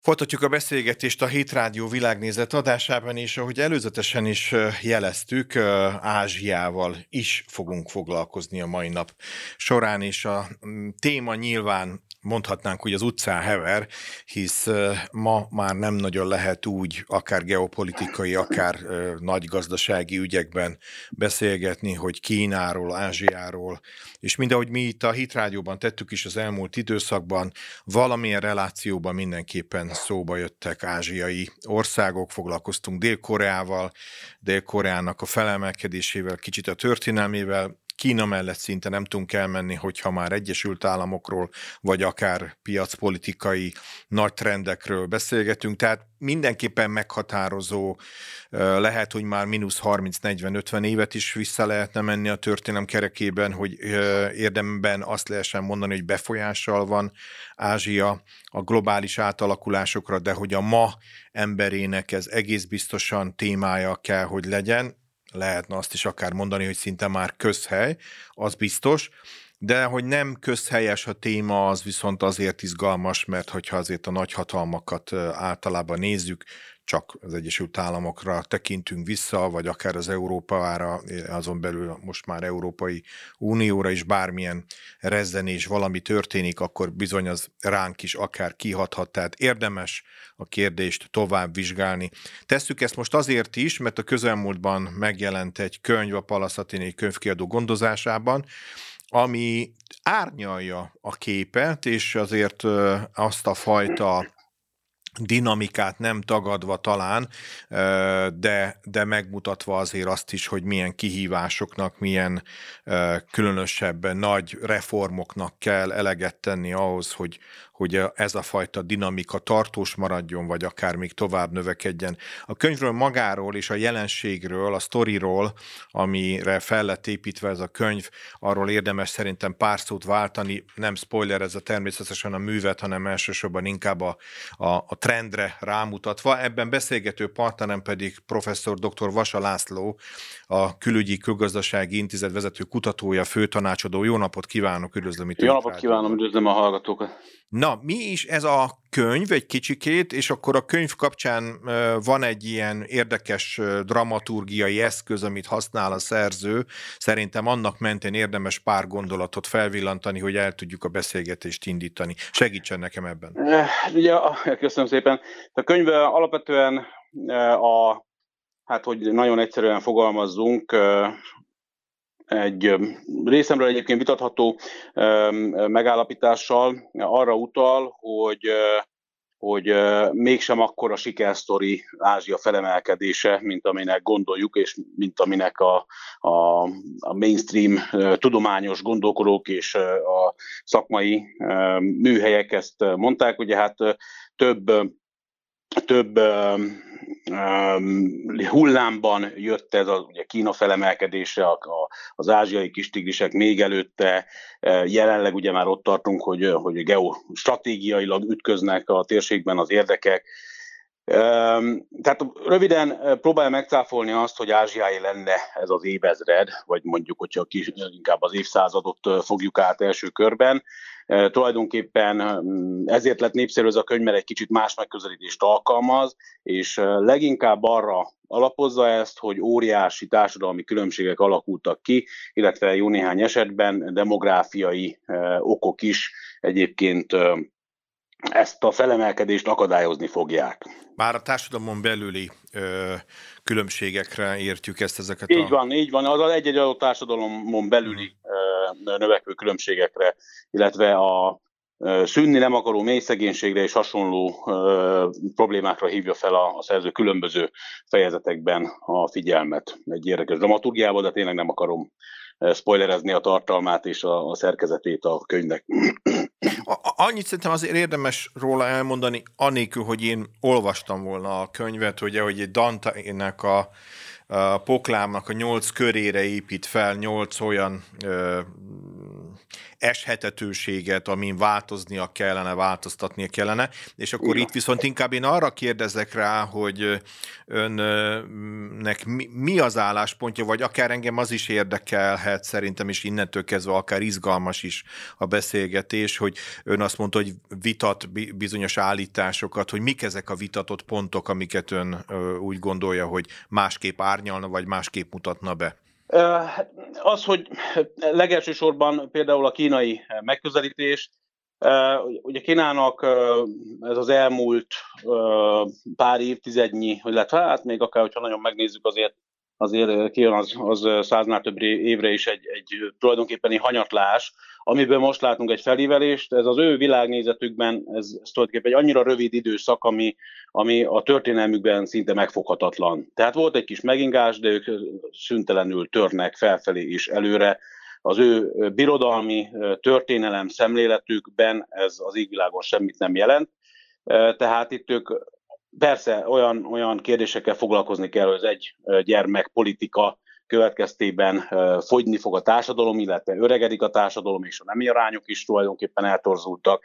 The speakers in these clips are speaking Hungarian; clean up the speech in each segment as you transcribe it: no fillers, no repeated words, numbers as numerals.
Folytatjuk a beszélgetést a Hit Rádió világnézet adásában, és ahogy előzetesen is jeleztük, Ázsiával is fogunk foglalkozni a mai nap során, és a téma nyilván mondhatnánk, hogy az utcán hever, hisz ma már nem nagyon lehet úgy akár geopolitikai, akár nagy gazdasági ügyekben beszélgetni, hogy Kínáról, Ázsiáról, és mindahogy mi itt a Hit Rádióban tettük is az elmúlt időszakban, valamilyen relációban mindenképpen szóba jöttek ázsiai országok, foglalkoztunk Dél-Koreával, Dél-Koreának a felemelkedésével, kicsit a történelmével, Kína mellett szinte nem tudunk elmenni, hogyha már Egyesült Államokról, vagy akár piacpolitikai nagy trendekről beszélgetünk, tehát mindenképpen meghatározó, lehet, hogy már mínusz 30-40-50 évet is vissza lehetne menni a történelem kerekében, hogy érdemben azt lehessen mondani, hogy befolyással van Ázsia a globális átalakulásokra, de hogy a ma emberének ez egész biztosan témája kell, hogy legyen. Lehetne azt is akár mondani, hogy szinte már közhely, az biztos, de hogy nem közhelyes a téma, az viszont azért izgalmas, mert hogyha azért a nagyhatalmakat általában nézzük, csak az Egyesült Államokra tekintünk vissza, vagy akár az Európára, azon belül most már Európai Unióra is bármilyen rezzenés valami történik, akkor bizony az ránk is akár kihathat, tehát érdemes a kérdést tovább vizsgálni. Tesszük ezt most azért is, mert a közelmúltban megjelent egy könyv a Pallas Athénei könyvkiadó gondozásában, ami árnyalja a képet, és azért azt a fajta dinamikát nem tagadva talán, de megmutatva azért azt is, hogy milyen kihívásoknak, milyen különösebben nagy reformoknak kell eleget tenni ahhoz, hogy ez a fajta dinamika tartós maradjon, vagy akár még tovább növekedjen. A könyvről magáról és a jelenségről, a sztoriról, amire fel lett építve ez a könyv, arról érdemes szerintem pár szót váltani, nem spoiler ez a természetesen a művet, hanem elsősorban inkább a trendre rámutatva. Ebben beszélgető partnerem pedig professzor dr. Vasa László, a Külügyi Külgazdasági Intézet vezető kutatója, főtanácsadó. Jó napot kívánok, üdvözlöm itt. Jó napot kívánom, üdvözlöm a hallgatókat. Na, mi is ez a könyv egy kicsikét, és akkor a könyv kapcsán van egy ilyen érdekes dramaturgiai eszköz, amit használ a szerző. Szerintem annak mentén érdemes pár gondolatot felvillantani, hogy el tudjuk a beszélgetést indítani. Segítsen nekem ebben. Ugye, köszönöm szépen. A könyv alapvetően hogy nagyon egyszerűen fogalmazzunk, egy részemről egyébként vitatható megállapítással arra utal, hogy mégsem akkora sikersztori Ázsia felemelkedése, mint aminek gondoljuk, és mint aminek a mainstream tudományos gondolkodók és a szakmai műhelyek ezt mondták. Ugye hát több hullámban jött ez ugye Kína felemelkedése, az ázsiai kistigrisek még előtte, jelenleg ugye már ott tartunk, hogy geostratégiailag ütköznek a térségben az érdekek. Tehát röviden próbálja megcáfolni azt, hogy ázsiai lenne ez az évezred, vagy mondjuk, hogyha inkább az évszázadot fogjuk át első körben. Tulajdonképpen ezért lett népszerű ez a könyv, mert egy kicsit más megközelítést alkalmaz, és leginkább arra alapozza ezt, hogy óriási társadalmi különbségek alakultak ki, illetve jó néhány esetben demográfiai okok is egyébként ezt a felemelkedést akadályozni fogják. Már a társadalmon belüli különbségekre értjük ezeket Így van. Az egy adott társadalomon belüli növekvő különbségekre, illetve a szűnni nem akaró mély szegénységre és hasonló problémákra hívja fel a szerző különböző fejezetekben a figyelmet. Egy érdekes dramaturgiával, de tényleg nem akarom spoilerezni a tartalmát és a szerkezetét a könyvnek. Annyit szerintem azért érdemes róla elmondani, anélkül, hogy én olvastam volna a könyvet, hogy egy Dante-nek a poklámnak a 8 körére épít fel 8 olyan eshetetőséget, amin változtatnia kellene, és akkor itt viszont inkább én arra kérdezek rá, hogy önnek mi az álláspontja, vagy akár engem az is érdekelhet szerintem, és innentől kezdve akár izgalmas is a beszélgetés, hogy ön azt mondta, hogy vitat bizonyos állításokat, hogy mik ezek a vitatott pontok, amiket ön úgy gondolja, hogy másképp árnyalna, vagy másképp mutatna be? Az, hogy legelsősorban például a kínai megközelítés, ugye Kínának ez az elmúlt pár évtizednyi, illetve hát még akár, hogyha nagyon megnézzük, azért kijön az száznál több évre is egy tulajdonképpen egy hanyatlás, amiből most látunk egy felívelést. Ez az ő világnézetükben, ez tulajdonképpen egy annyira rövid időszak, ami a történelmükben szinte megfoghatatlan. Tehát volt egy kis megingás, de ők szüntelenül törnek felfelé és előre. Az ő birodalmi történelem szemléletükben ez az égvilágon semmit nem jelent. Tehát itt ők persze olyan kérdésekkel foglalkozni kell, hogy az egy gyermek politika következtében fogyni fog a társadalom, illetve öregedik a társadalom, és a nemi arányok is tulajdonképpen eltorzultak.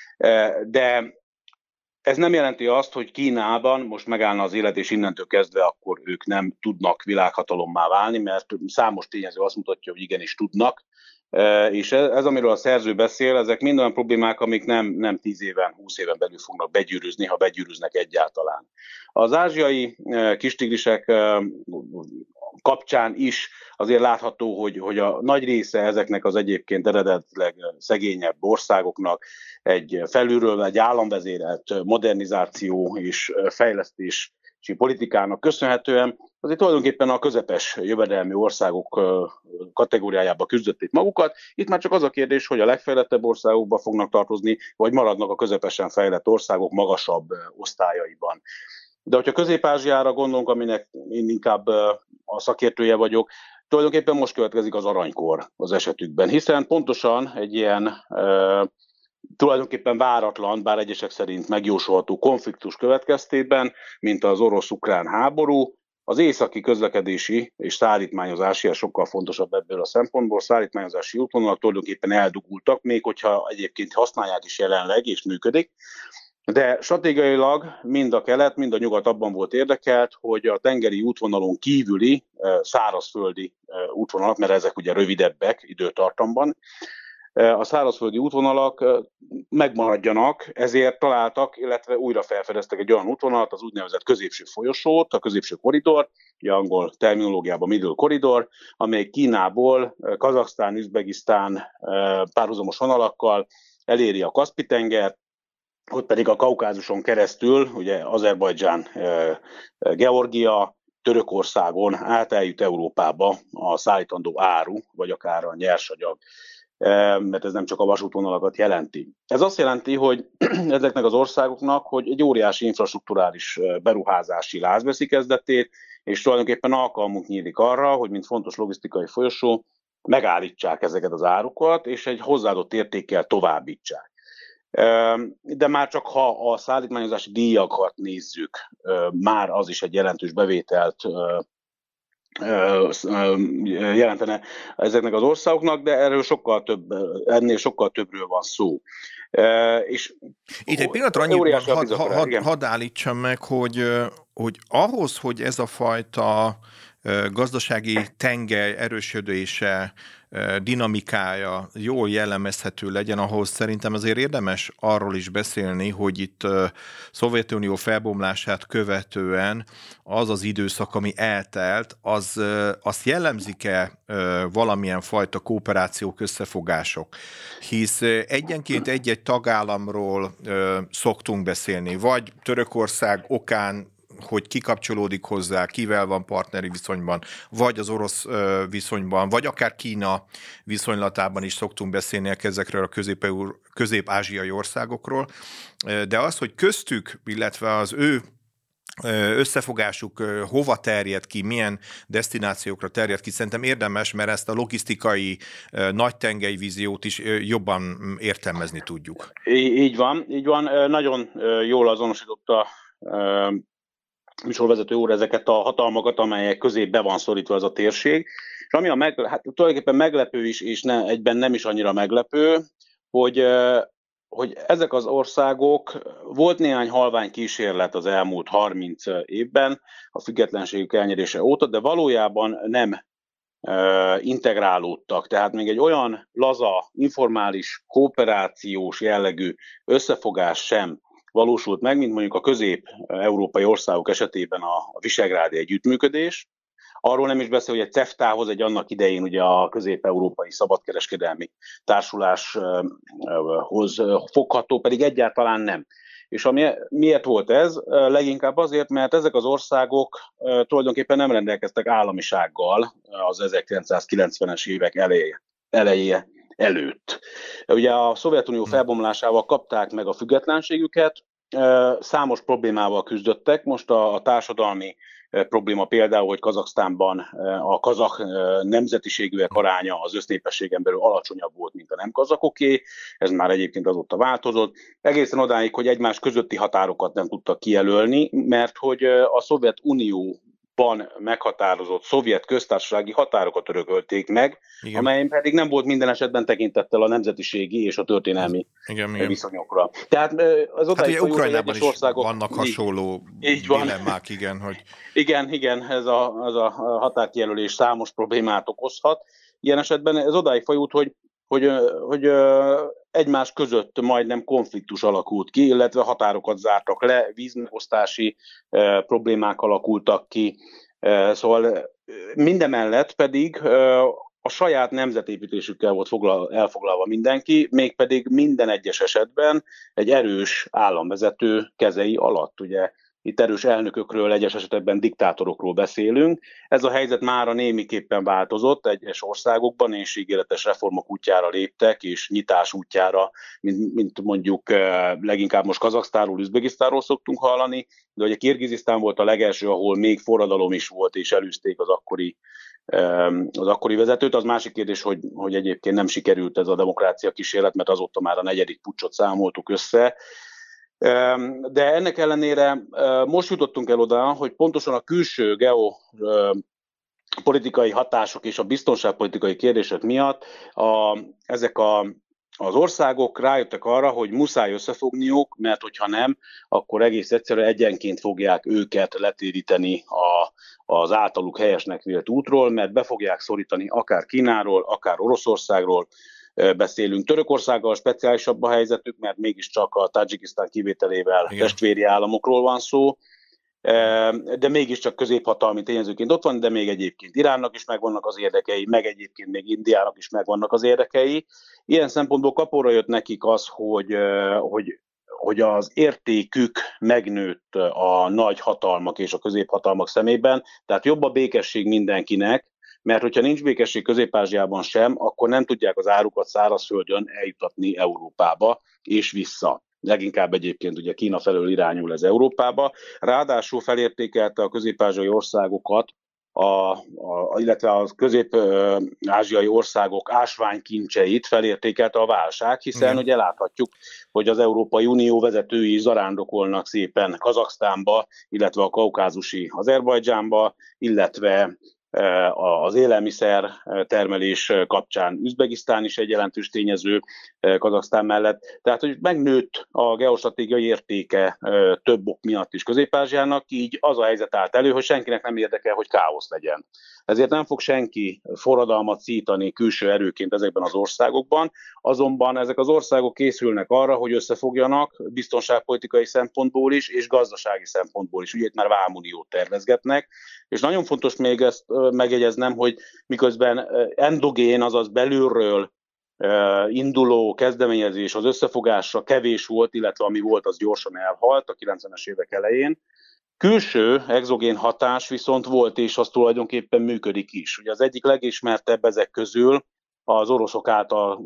De ez nem jelenti azt, hogy Kínában most megállna az élet, és innentől kezdve akkor ők nem tudnak világhatalommá válni, mert számos tényező azt mutatja, hogy igenis tudnak. És ez, amiről a szerző beszél, ezek mind olyan problémák, amik nem 10 éven, 20 éven belül fognak begyűrűzni, ha begyűrűznek egyáltalán. Az ázsiai kistigrisek kapcsán is azért látható, hogy a nagy része ezeknek az egyébként eredetileg szegényebb országoknak egy felülről egy államvezérelt modernizáció és fejlesztési politikának köszönhetően azért tulajdonképpen a közepes jövedelmi országok kategóriájába küzdötték magukat. Itt már csak az a kérdés, hogy a legfejlettebb országokba fognak tartozni, vagy maradnak a közepesen fejlett országok magasabb osztályaiban. De hogyha Közép-Ázsiára gondolunk, aminek én inkább a szakértője vagyok, tulajdonképpen most következik az aranykor az esetükben, hiszen pontosan egy ilyen tulajdonképpen váratlan, bár egyesek szerint megjósolható konfliktus következtében, mint az orosz-ukrán háború, az északi közlekedési és szállítmányozási, ez sokkal fontosabb ebből a szempontból, szállítmányozási útvonalak tulajdonképpen eldugultak, még hogyha egyébként használják is jelenleg és működik. De stratégiailag mind a kelet, mind a nyugat abban volt érdekelt, hogy a tengeri útvonalon kívüli szárazföldi útvonalak, mert ezek ugye rövidebbek időtartamban, a szárazföldi útvonalak megmaradjanak, ezért találtak, illetve újra felfedeztek egy olyan útvonalat, az úgynevezett középső folyosót, a középső koridor, ugye angol terminológiában middle corridor, amely Kínából Kazaksztán, Üzbegisztán párhuzamos vonalakkal eléri a Kaszpi-tengert, ott pedig a Kaukázuson keresztül, ugye Azerbajdzsán, Georgia, Törökországon át eljut Európába a szállítandó áru, vagy akár a nyersanyag, mert ez nem csak a vasútvonalakat jelenti. Ez azt jelenti, hogy ezeknek az országoknak, hogy egy óriási infrastrukturális beruházási láz veszi kezdetét, és tulajdonképpen alkalmunk nyílik arra, hogy mint fontos logisztikai folyosó megállítsák ezeket az árukat, és egy hozzáadott értékkel továbbítsák. De már csak ha a szállítmányozási díjakat nézzük, már az is egy jelentős bevételt jelentene ezeknek az országoknak, de ennél sokkal többről van szó. És itt egy pillanatra annyit hadd állítsam meg, hogy ahhoz, hogy ez a fajta gazdasági tengely erősödése, dinamikája jól jellemezhető legyen, ahhoz szerintem azért érdemes arról is beszélni, hogy itt Szovjetunió felbomlását követően az az időszak, ami eltelt, azt jellemzik-e valamilyen fajta kooperációk, összefogások? Hisz egyenként egy-egy tagállamról szoktunk beszélni, vagy Törökország okán, hogy ki kapcsolódik hozzá, kivel van partneri viszonyban, vagy az orosz viszonyban, vagy akár Kína viszonylatában is szoktunk beszélni ezekről a közép-ázsiai országokról. De az, hogy köztük, illetve az ő összefogásuk hova terjed ki, milyen desztinációkra terjed ki, szerintem érdemes, mert ezt a logisztikai nagytengely víziót is jobban értelmezni tudjuk. Így van. Nagyon jól azonosította műsorvezető úr ezeket a hatalmakat, amelyek közé be van szorítva ez a térség. És ami hát tulajdonképpen meglepő is, és egyben nem is annyira meglepő, hogy ezek az országok, volt néhány halvány kísérlet az elmúlt 30 évben a függetlenségük elnyerése óta, de valójában nem integrálódtak. Tehát még egy olyan laza, informális, kooperációs jellegű összefogás sem valósult meg, mint mondjuk a közép-európai országok esetében a visegrádi együttműködés. Arról nem is beszél, hogy egy CEFTA-hoz, egy annak idején ugye a közép-európai szabadkereskedelmi társuláshoz fogható, pedig egyáltalán nem. És miért volt ez? Leginkább azért, mert ezek az országok tulajdonképpen nem rendelkeztek államisággal az 1990-es évek eleje előtt. Ugye a Szovjetunió felbomlásával kapták meg a függetlenségüket, számos problémával küzdöttek. Most a társadalmi probléma például, hogy Kazaksztánban a kazakh nemzetiségűek aránya az össznépességen belül alacsonyabb volt, mint a nem kazakoké. Ez már egyébként azóta változott. Egészen odáig, hogy egymás közötti határokat nem tudtak kijelölni, mert hogy a Szovjetunióban meghatározott szovjet köztársasági határokat örökölték meg, igen, amely pedig nem volt minden esetben tekintettel a nemzetiségi és a történelmi viszonyokra. Tehát az odáig, hát ugye Ukrajnában is országok, vannak hasonló dilemmák, igen, hogy... Igen, ez a határkijelölés számos problémát okozhat. Ilyen esetben ez odáig fajult, hogy egymás között majdnem konfliktus alakult ki, illetve határokat zártak le, vízmegosztási problémák alakultak ki. Szóval mindemellett pedig a saját nemzetépítésükkel volt elfoglalva mindenki, mégpedig minden egyes esetben egy erős államvezető kezei alatt. Ugye itt erős elnökökről, egyes esetekben diktátorokról beszélünk. Ez a helyzet mára némiképpen változott egyes országokban, és ígéretes reformok útjára léptek, és nyitás útjára, mint mondjuk leginkább most Kazaksztánról, Üzbegisztánról szoktunk hallani, de ugye Kirgizisztán volt a legelső, ahol még forradalom is volt, és elűzték az akkori vezetőt. Az másik kérdés, hogy egyébként nem sikerült ez a demokrácia kísérlet, mert azóta már a 4. puccsot számoltuk össze. De ennek ellenére most jutottunk el oda, hogy pontosan a külső geopolitikai hatások és a biztonságpolitikai kérdések miatt ezek az országok rájöttek arra, hogy muszáj összefogniuk, mert hogyha nem, akkor egész egyszerűen egyenként fogják őket letéríteni az általuk helyesnek vélt útról, mert be fogják szorítani akár Kínáról, akár Oroszországról, beszélünk. Törökországgal speciálisabb a helyzetük, mert mégiscsak a Tadzsikisztán kivételével testvéri államokról van szó, de mégiscsak középhatalmi tényezőként ott van, de még egyébként Iránnak is megvannak az érdekei, meg egyébként még Indiának is megvannak az érdekei. Ilyen szempontból kapóra jött nekik az, hogy az értékük megnőtt a nagy hatalmak és a középhatalmak szemében, tehát jobb a békesség mindenkinek, mert hogyha nincs békesség Közép-Ázsiában sem, akkor nem tudják az árukat szárazföldön eljutatni Európába és vissza. Leginkább egyébként ugye Kína felől irányul ez Európába. Ráadásul felértékelte a közép-ázsiai országokat, illetve a közép-ázsiai országok ásványkincseit felértékelte a válság, hiszen ugye láthatjuk, hogy az Európai Unió vezetői is zarándokolnak szépen Kazaksztánba, illetve a kaukázusi Azerbajdzsánba, illetve az élelmiszer termelés kapcsán Üzbegisztán is egy jelentős tényező Kazaksztán mellett. Tehát, hogy megnőtt a geostratégiai értéke több ok miatt is Közép-Ázsiának, így az a helyzet állt elő, hogy senkinek nem érdekel, hogy káosz legyen. Ezért nem fog senki forradalmat szítani külső erőként ezekben az országokban, azonban ezek az országok készülnek arra, hogy összefogjanak biztonságpolitikai szempontból is, és gazdasági szempontból is. Ugye itt már vámuniót tervezgetnek, és nagyon fontos még ezt megjegyeznem, hogy miközben endogén, azaz belülről induló kezdeményezés az összefogásra kevés volt, illetve ami volt, az gyorsan elhalt a 90-es évek elején. Külső exogén hatás viszont volt, és az tulajdonképpen működik is. Ugye az egyik legismertebb ezek közül az oroszok által,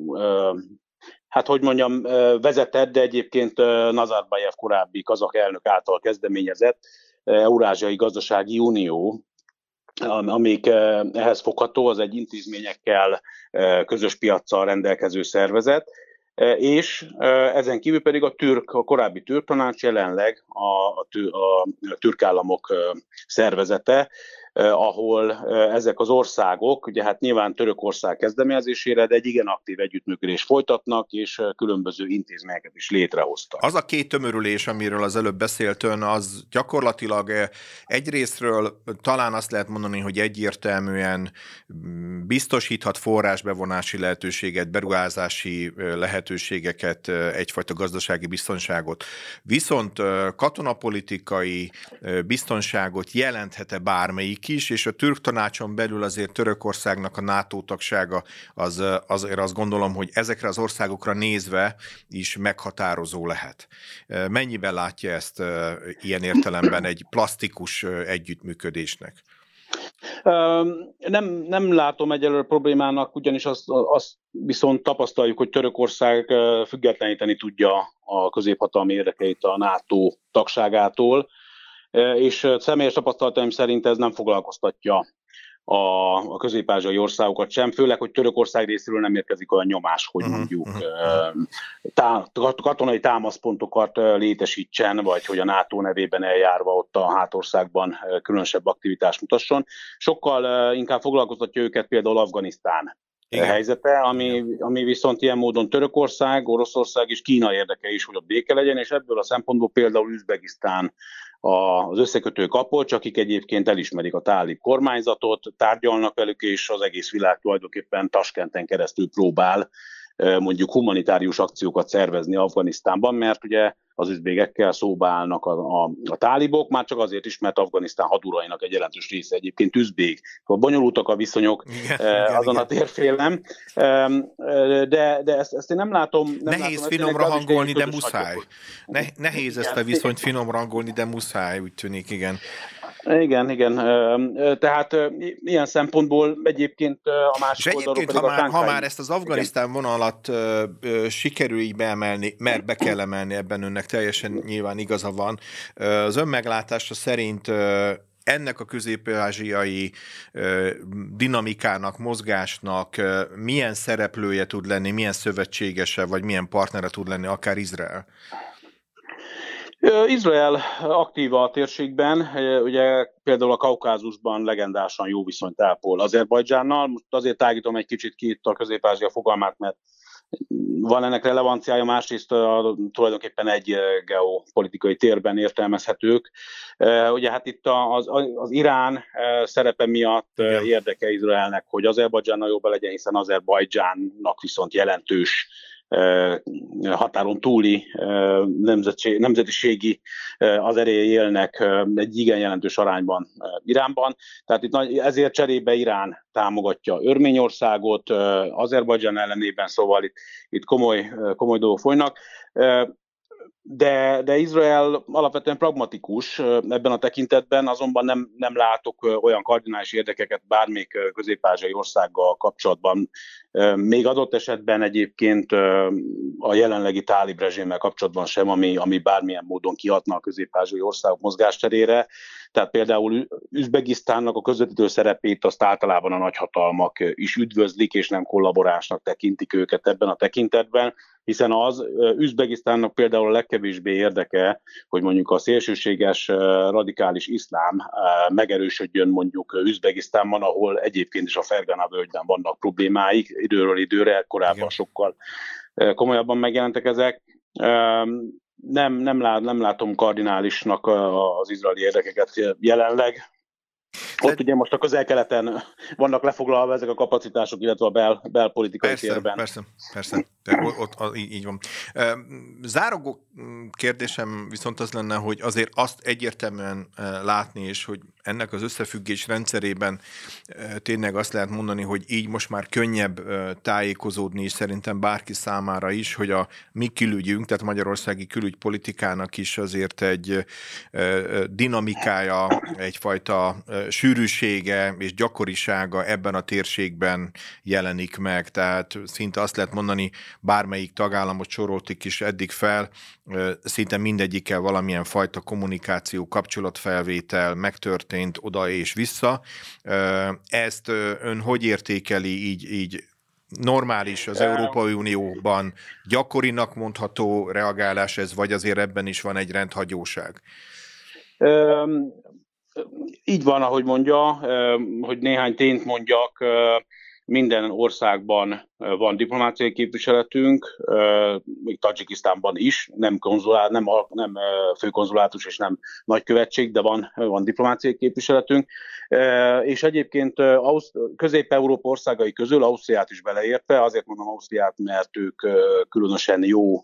vezetett, de egyébként Nazarbayev korábbi kazakh elnök által kezdeményezett Eurázsiai Gazdasági Unió, amik ehhez fogható, az egy intézményekkel, közös piaccal rendelkező szervezet, és ezen kívül pedig a korábbi türk tanács, jelenleg a türk államok szervezete, ahol ezek az országok, ugye hát nyilván Törökország kezdeményezésére, de egy igen aktív együttműködést folytatnak, és különböző intézményeket is létrehoztak. Az a két tömörülés, amiről az előbb beszélt ön, az gyakorlatilag egyrésztről talán azt lehet mondani, hogy egyértelműen biztosíthat forrásbevonási lehetőséget, beruházási lehetőségeket, egyfajta gazdasági biztonságot. Viszont katonapolitikai biztonságot jelenthet-e bármelyik is, és a Türk Tanácson belül azért Törökországnak a NATO tagsága azért azt gondolom, hogy ezekre az országokra nézve is meghatározó lehet. Mennyiben látja ezt ilyen értelemben egy plastikus együttműködésnek? Nem látom egyelőre problémának, ugyanis azt viszont tapasztaljuk, hogy Törökország függetleníteni tudja a középhatalmi érdekeit a NATO tagságától, és személyes tapasztalataim szerint ez nem foglalkoztatja a közép-ázsiai országokat sem, főleg, hogy Törökország részéről nem érkezik olyan nyomás, hogy mondjuk katonai támaszpontokat létesítsen, vagy hogy a NATO nevében eljárva ott a hátországban különösebb aktivitást mutasson. Sokkal inkább foglalkoztatja őket például Afganisztán helyzete, ami viszont ilyen módon Törökország, Oroszország és Kína érdeke is, hogy ott béke legyen, és ebből a szempontból például Üzbegisztán az összekötő kapocs, akik egyébként elismerik a tálib kormányzatot, tárgyalnak velük, és az egész világ tulajdonképpen Taskenten keresztül próbál mondjuk humanitárius akciókat szervezni Afganisztánban, mert ugye az üzbégekkel szóba állnak a tálibok, már csak azért is, mert Afganisztán hadurainak egy jelentős része egyébként üzbég. Bonyolultak a viszonyok azon a térfélen, de ezt én nem látom. Nehéz finomra hangolni, de muszáj. Nehéz ezt a viszonyt finomra hangolni, de muszáj, úgy tűnik, igen. Igen. Tehát ilyen szempontból egyébként a másik oldalról pedig ha már ezt az Afganisztán vonalat sikerül így beemelni, mert be kell emelni, ebben önnek teljesen nyilván igaza van. Az ön meglátása szerint ennek a közép-ázsiai dinamikának, mozgásnak milyen szereplője tud lenni, milyen szövetségese, vagy milyen partnere tud lenni, akár Izrael? Izrael aktív a térségben, ugye például a Kaukázusban legendásan jó viszonyt ápol Azerbajdzsánnal. Most azért tágítom egy kicsit ki itt a Közép-Ázsia fogalmát, mert van ennek relevanciája, másrészt tulajdonképpen egy geopolitikai térben értelmezhetők. Ugye hát itt az Irán szerepe miatt érdeke Izraelnek, hogy Azerbajdzsánnal jobban legyen, hiszen Azerbajdzsánnak viszont jelentős határon túli nemzetiségi az erélyei élnek egy igen jelentős arányban Iránban. Tehát itt ezért cserébe Irán támogatja Örményországot, Azerbajdzsán ellenében, szóval itt komoly dolgok folynak. De Izrael alapvetően pragmatikus ebben a tekintetben, azonban nem látok olyan kardinális érdekeket bármelyik közép-ázsiai országgal kapcsolatban, még adott esetben egyébként a jelenlegi tálib rezsimmel kapcsolatban sem, ami bármilyen módon kihatna a közép-ázsiai országok mozgásterére. Tehát például Üzbegisztánnak a közvetítő szerepét azt általában a nagyhatalmak is üdvözlik, és nem kollaboránsnak tekintik őket ebben a tekintetben, hiszen az Üzbegisztánnak például a legkevésbé érdeke, hogy mondjuk a szélsőséges radikális iszlám megerősödjön mondjuk Üzbegisztánban, ahol egyébként is a Fergana völgyben vannak problémáik, időről időre, korábban igen, sokkal komolyabban megjelentek ezek. Nem látom kardinálisnak az izraeli érdekeket jelenleg. Ott ugye most a Közel-Keleten vannak lefoglalva ezek a kapacitások, illetve a belpolitikai térben. Persze. Ott így van. Záró kérdésem viszont az lenne, hogy azért azt egyértelműen látni, és hogy ennek az összefüggés rendszerében tényleg azt lehet mondani, hogy így most már könnyebb tájékozódni, és szerintem bárki számára is, hogy a mi külügyünk, tehát magyarországi külügypolitikának is azért egy dinamikája, egyfajta sűrűsége és gyakorisága ebben a térségben jelenik meg. Tehát szinte azt lehet mondani, bármelyik tagállamot soroltik is eddig fel, szinte mindegyikkel valamilyen fajta kommunikáció, kapcsolatfelvétel megtörtént oda és vissza. Ezt ön hogy értékeli így normális az Európai Unióban gyakorinak mondható reagálás ez, vagy azért ebben is van egy rendhagyóság? így van, ahogy mondja, hogy néhány tényt mondjak, minden országban van diplomáciai képviseletünk, még Tadzsikisztánban is, nem főkonzulátus és nem nagykövetség, de van diplomáciai képviseletünk. És egyébként Közép-Európa országai közül Ausztriát is beleértve, azért mondom Ausztriát, mert ők különösen jó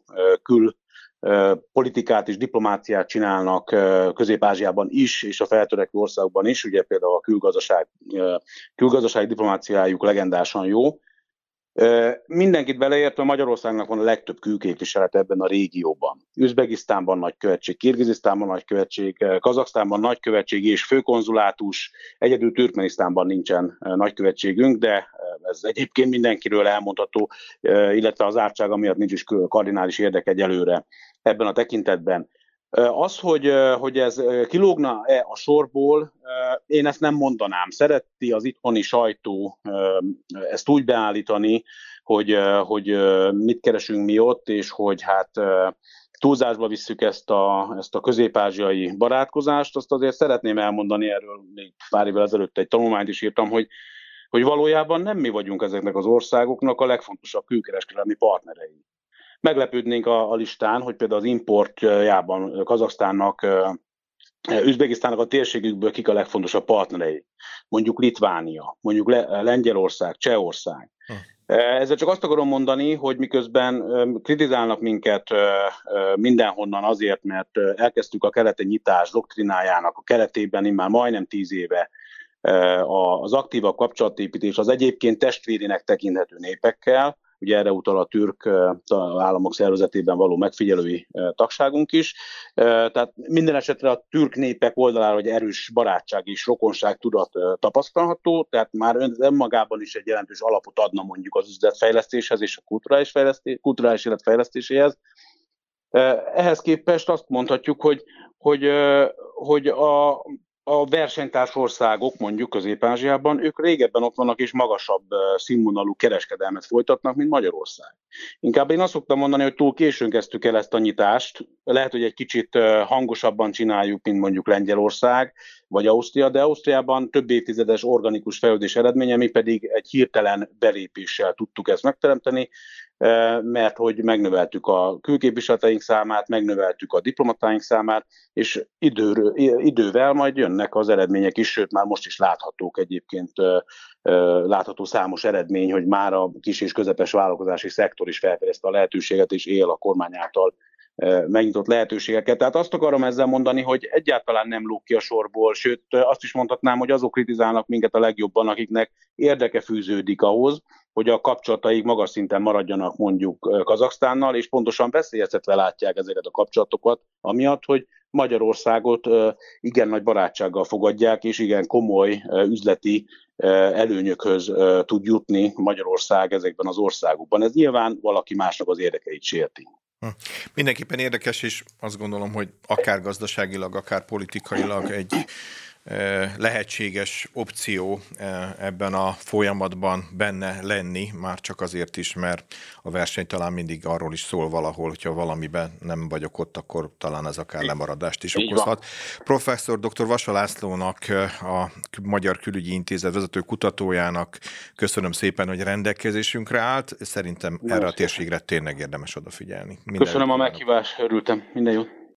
politikát és diplomáciát csinálnak Közép-Ázsiában is, és a feltörekvő országokban is, ugye például a külgazdasági diplomáciájuk legendásan jó. Mindenkit beleértve Magyarországnak van a legtöbb külképviselet ebben a régióban. Üzbegisztánban nagykövetség, Kirgizisztánban nagykövetség, Kazaksztánban nagykövetség és főkonzulátus, egyedül Türkmenisztánban nincsen nagykövetségünk, de ez egyébként mindenkiről elmondható, illetve az ártsága miatt nincs is kardinális érdek egyelőre ebben a tekintetben. Az, hogy ez kilógna-e a sorból, én ezt nem mondanám. Szereti az itthoni sajtó ezt úgy beállítani, hogy mit keresünk mi ott, és hogy hát túlzásba visszük ezt a közép-ázsiai barátkozást. Azt azért szeretném elmondani, erről még pár évvel ezelőtt egy tanulmányt is írtam, hogy valójában nem mi vagyunk ezeknek az országoknak a legfontosabb külkereskedelmi partnerei. Meglepődnénk a listán, hogy például az importjában Kazaksztánnak, Üzbegisztánnak a térségükből kik a legfontosabb partnerei. Mondjuk Litvánia, mondjuk Lengyelország, Csehország. Ezzel csak azt akarom mondani, hogy miközben kritizálnak minket mindenhonnan azért, mert elkezdtük a keleti nyitás doktrinájának a keretében immár majdnem 10 éve az aktívabb kapcsolatépítés az egyébként testvérének tekinthető népekkel, ugye erre utal a türk államok szervezetében való megfigyelői tagságunk is. Tehát minden esetre a türk népek oldalára, hogy erős barátság és rokonság tudat tapasztalható, tehát már önmagában is egy jelentős alapot adna mondjuk az üzletfejlesztéshez és a kulturális életfejlesztéséhez. Ehhez képest azt mondhatjuk, hogy a versenytárs országok, mondjuk Közép-Ázsiában, ők régebben ott vannak és magasabb színvonalú kereskedelmet folytatnak, mint Magyarország. Inkább én azt szoktam mondani, hogy túl későn kezdtük el ezt a nyitást. Lehet, hogy egy kicsit hangosabban csináljuk, mint mondjuk Lengyelország vagy Ausztria, de Ausztriában több évtizedes organikus fejlődés eredménye, mi pedig egy hirtelen belépéssel tudtuk ezt megteremteni, mert hogy megnöveltük a külképviseleteink számát, megnöveltük a diplomatáink számát, és idővel majd jönnek az eredmények is, sőt már most is láthatók egyébként, látható számos eredmény, hogy már a kis és közepes vállalkozási szektor is felfedezte a lehetőséget, és él a kormány által megnyitott lehetőségeket. Tehát azt akarom ezzel mondani, hogy egyáltalán nem lóg ki a sorból, sőt azt is mondhatnám, hogy azok kritizálnak minket a legjobban, akiknek érdeke fűződik ahhoz, hogy a kapcsolataik magas szinten maradjanak mondjuk Kazaksztánnal, és pontosan veszélyeztetve látják ezeket a kapcsolatokat, amiatt, hogy Magyarországot igen nagy barátsággal fogadják, és igen komoly üzleti előnyökhöz tud jutni Magyarország ezekben az országokban. Ez nyilván valaki másnak az érdekeit sérti. Mindenképpen érdekes, és azt gondolom, hogy akár gazdaságilag, akár politikailag egy lehetséges opció ebben a folyamatban benne lenni, már csak azért is, mert a verseny talán mindig arról is szól valahol, hogyha valamiben nem vagyok ott, akkor talán ez akár lemaradást is okozhat. Professzor dr. Vasa Lászlónak, a Magyar Külügyi Intézet vezető kutatójának köszönöm szépen, hogy rendelkezésünkre állt. Szerintem erre a térségre tényleg érdemes odafigyelni. Köszönöm a meghívást, örültem. Minden jót.